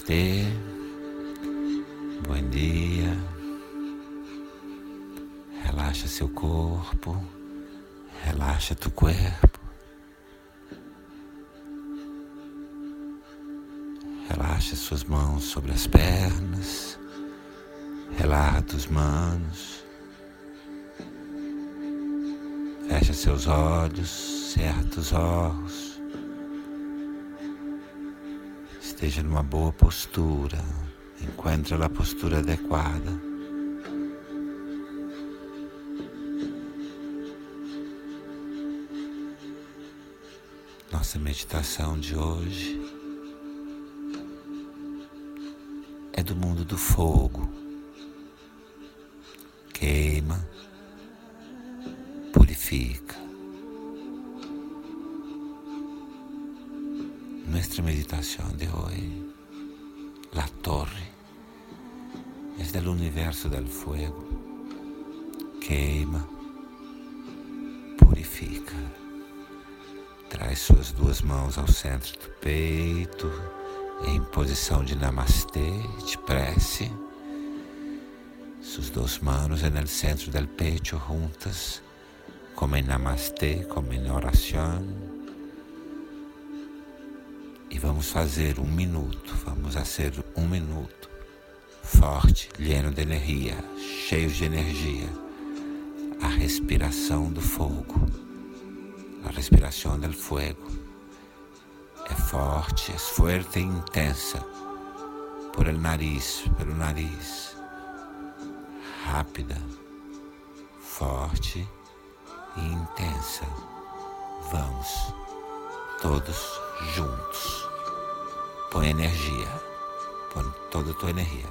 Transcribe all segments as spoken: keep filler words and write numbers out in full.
Namastê, bom dia, relaxa seu corpo, relaxa tu corpo, relaxa suas mãos sobre as pernas, relaxa tus manos, fecha seus olhos, cerra os olhos. Esteja numa boa postura, encontre a postura adequada. Nossa meditação de hoje é do mundo do fogo. Queima, purifica. Nuestra meditación de hoy, la torre, es del universo del fuego. Queima, purifica. Traz suas duas mãos ao centro do peito, em posição de namastê, de prece. Sus dos manos en el centro del pecho juntas, como em namastê, como em oração. E vamos fazer um minuto, vamos fazer um minuto forte, lleno de energia, cheio de energia. A respiração do fogo, a respiração do fogo é forte, é forte e intensa, por el nariz, pelo nariz, rápida, forte e intensa. Vamos, todos juntos. Põe energia, põe toda a tua energia.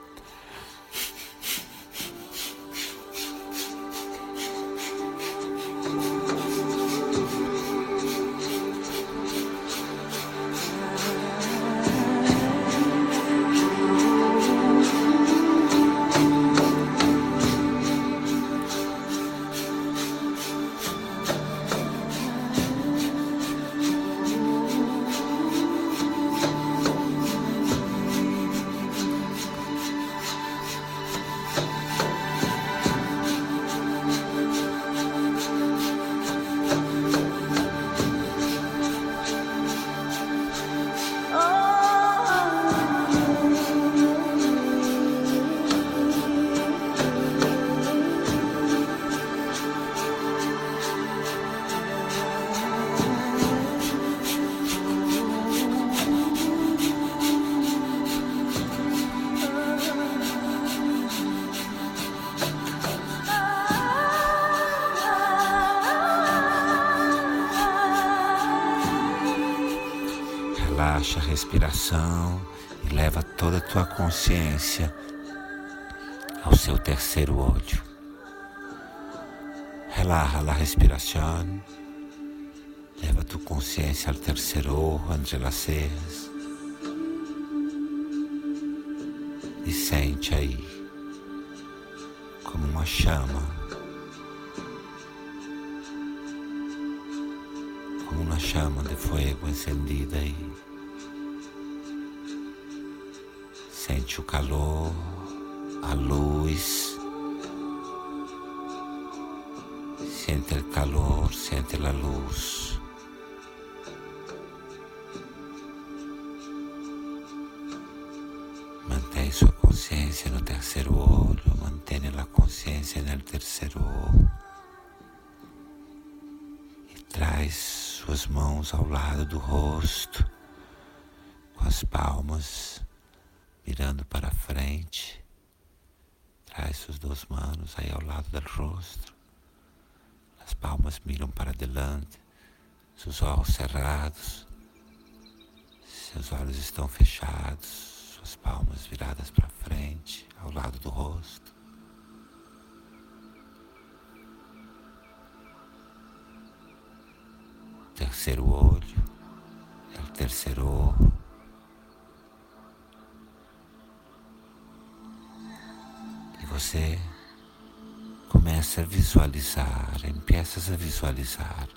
Relaxa a respiração e leva toda a tua consciência ao seu terceiro olho. Relaxa a respiração, leva a tua consciência ao terceiro olho, entre as cejas, e sente aí como uma chama, como uma chama de fogo encendida aí. Sente o calor, a luz, sente o calor, sente a luz. Mantém sua consciência no terceiro olho, mantenha a consciência no terceiro olho e traz suas mãos ao lado do rosto, com as palmas mirando para frente. Traz suas duas mãos aí ao lado do rosto. As palmas miram para adelante, seus olhos cerrados, seus olhos estão fechados, suas palmas viradas para frente, ao lado do rosto. Terceiro olho, é o terceiro olho. Você começa a visualizar, empiezas a visualizar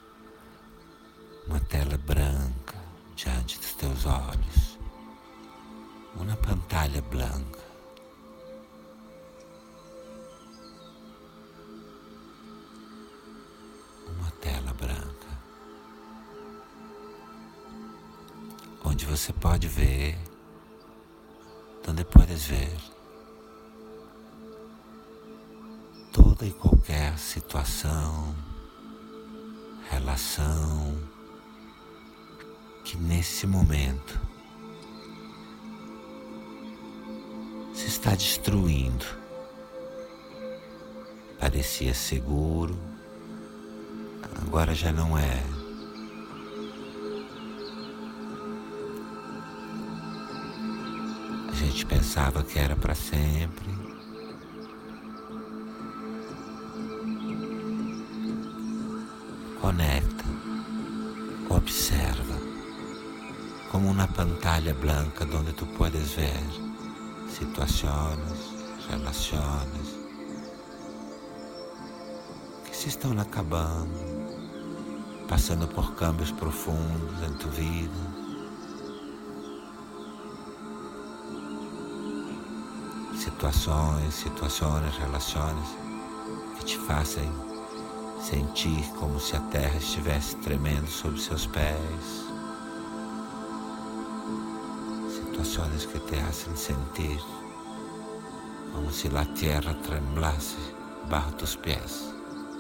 uma tela branca diante dos teus olhos, uma pantalla branca. Uma tela branca. Onde você pode ver, onde podes ver toda e qualquer situação, relação que nesse momento se está destruindo. Parecia seguro, agora já não é. A gente pensava que era para sempre. Conecta, observa, como uma pantalla branca onde tu podes ver situações, relações que se estão acabando, passando por cambios profundos em tu vida. Situações, situações, relações que te fazem sentir como se a terra estivesse tremendo sob seus pés. Situações que te hacen sentir como se a terra tremblasse bajo tus pés.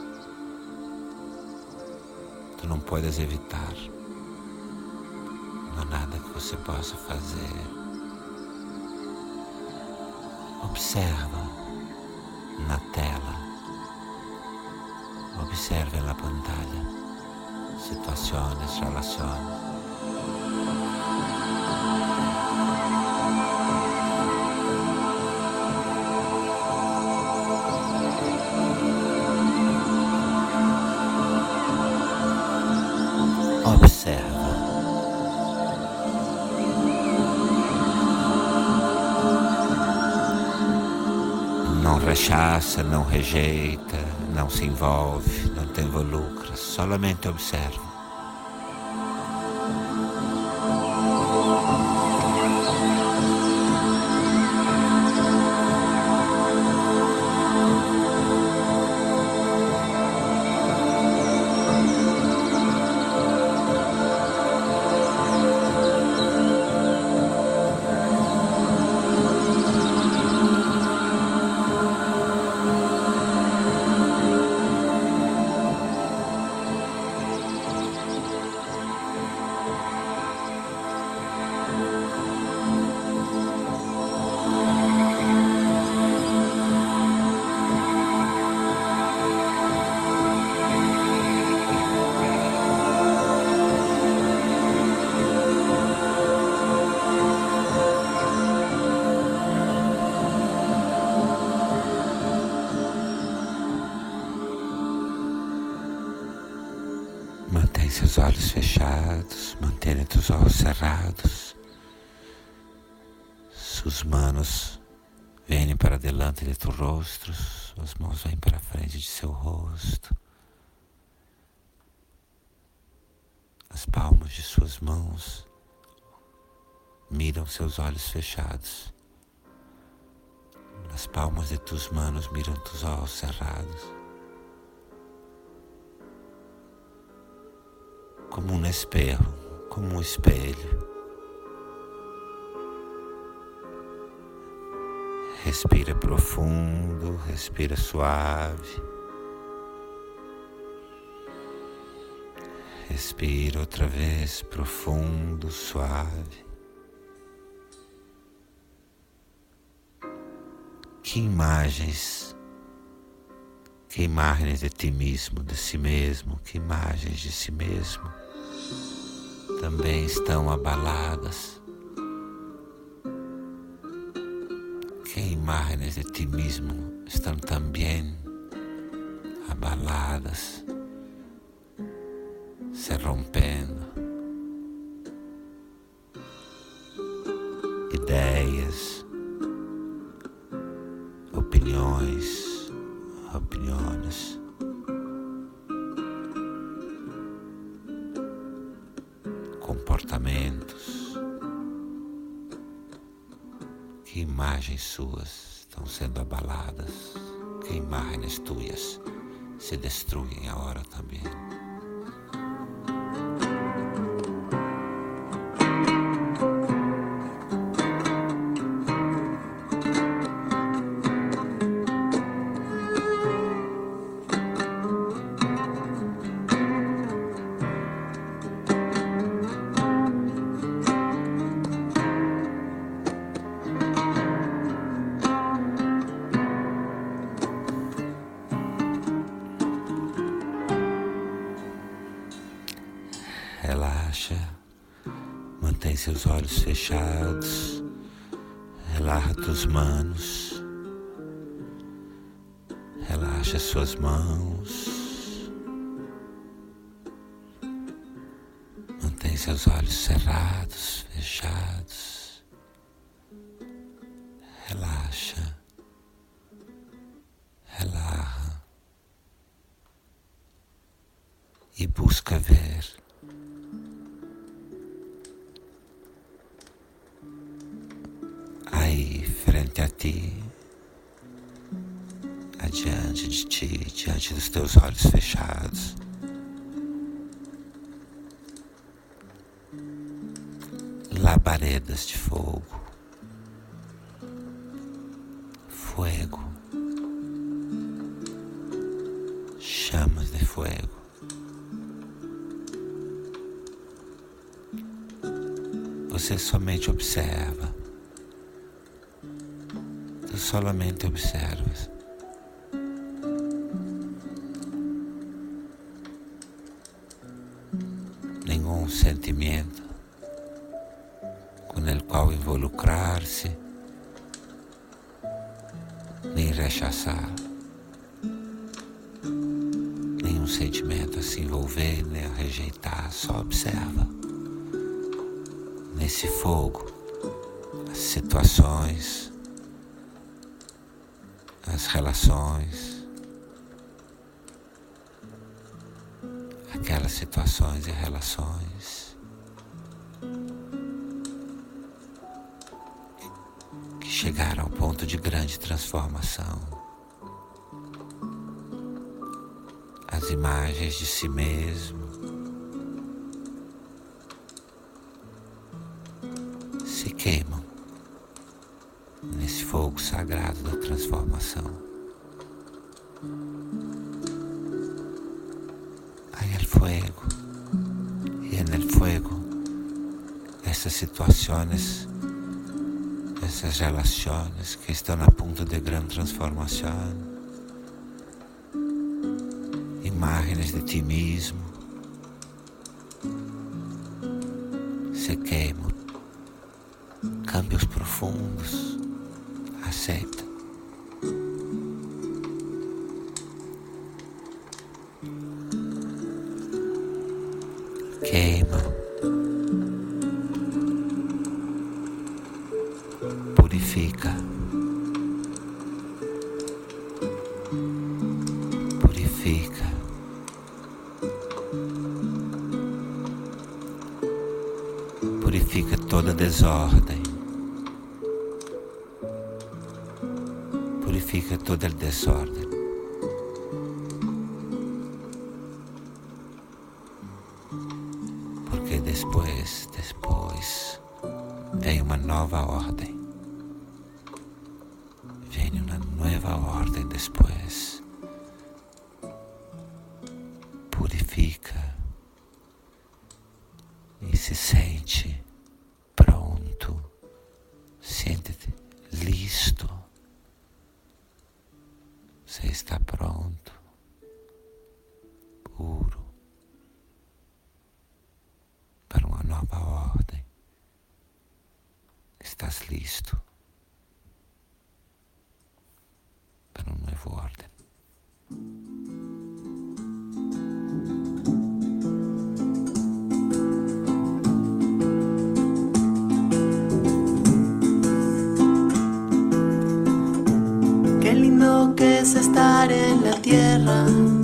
Tu não podes evitar. Não há nada que você possa fazer. Observa na tela, observa na pantalla, situações, relações. Observa. Não rechaça, não rejeita, não se envolve, não te involucra, solamente observa. Mantém seus olhos fechados, mantenha teus olhos cerrados. Suas manos vêm para delante de tu rosto, suas mãos vêm para frente de seu rosto. As palmas de suas mãos miram seus olhos fechados. As palmas de tus manos miram tus olhos cerrados. Como um espejo, como um espelho. Respira profundo, respira suave. Respira outra vez profundo, suave. Que imagens, que imagens de ti mesmo, de si mesmo, que imagens de si mesmo também estão abaladas. Que imagens de ti mesmo estão também abaladas, se rompendo. Ideias, opiniões, opiniões. Comportamentos, Que imagens suas estão sendo abaladas, que imagens tuyas se destruem agora também. Relaxa, mantém seus olhos fechados, relaxa tuas manos, relaxa suas mãos, mantém seus olhos cerrados, fechados, relaxa, relaxa e busca ver aí frente a ti, adiante de ti, diante dos teus olhos fechados, labaredas de fogo, fuego, chamas de fuego. Você somente observa. Tu solamente observas. Nenhum sentimento com o qual involucrar-se, nem rechazar. Nenhum sentimento a se envolver, nem a rejeitar, só observa. Nesse fogo, as situações, as relações, aquelas situações e relações que chegaram ao ponto de grande transformação. As imagens de si mesmo se queimam nesse fogo sagrado da transformação. Hay el fuego, y en el fuego essas situações, essas relações que estão a ponto de grande transformação, imagens de ti mesmo se queimam. Cambios profundos, aceita. Queima. Purifica. Purifica. Purifica toda desordem. Purifica todo el desorden. Porque depois, depois, vem uma nova ordem. Vem uma nova ordem depois. Purifica e se sente pronto. Sente-te listo. Você está pronto, puro, para uma nova ordem. Estás listo para um novo ordem. Qué lindo que es estar en la tierra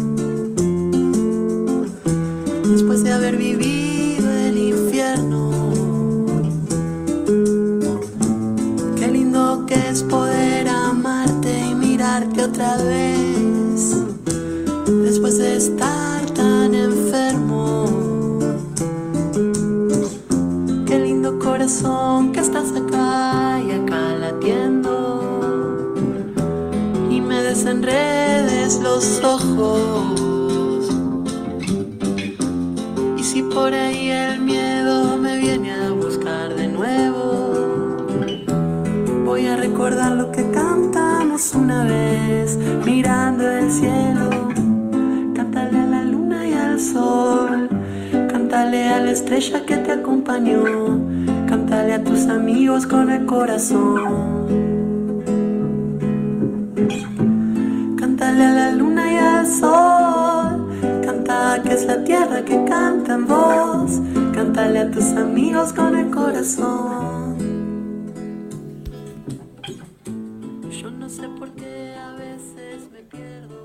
después de haber vivido el infierno. Qué lindo que los ojos. Y si por ahí el miedo me viene a buscar de nuevo, voy a recordar lo que cantamos una vez mirando el cielo. Cántale a la luna y al sol, cántale a la estrella que te acompañó, cántale a tus amigos con el corazón. Cántale a la luna y al sol, canta que es la tierra que canta en vos, cántale a tus amigos con el corazón. Yo no sé por qué a veces me pierdo.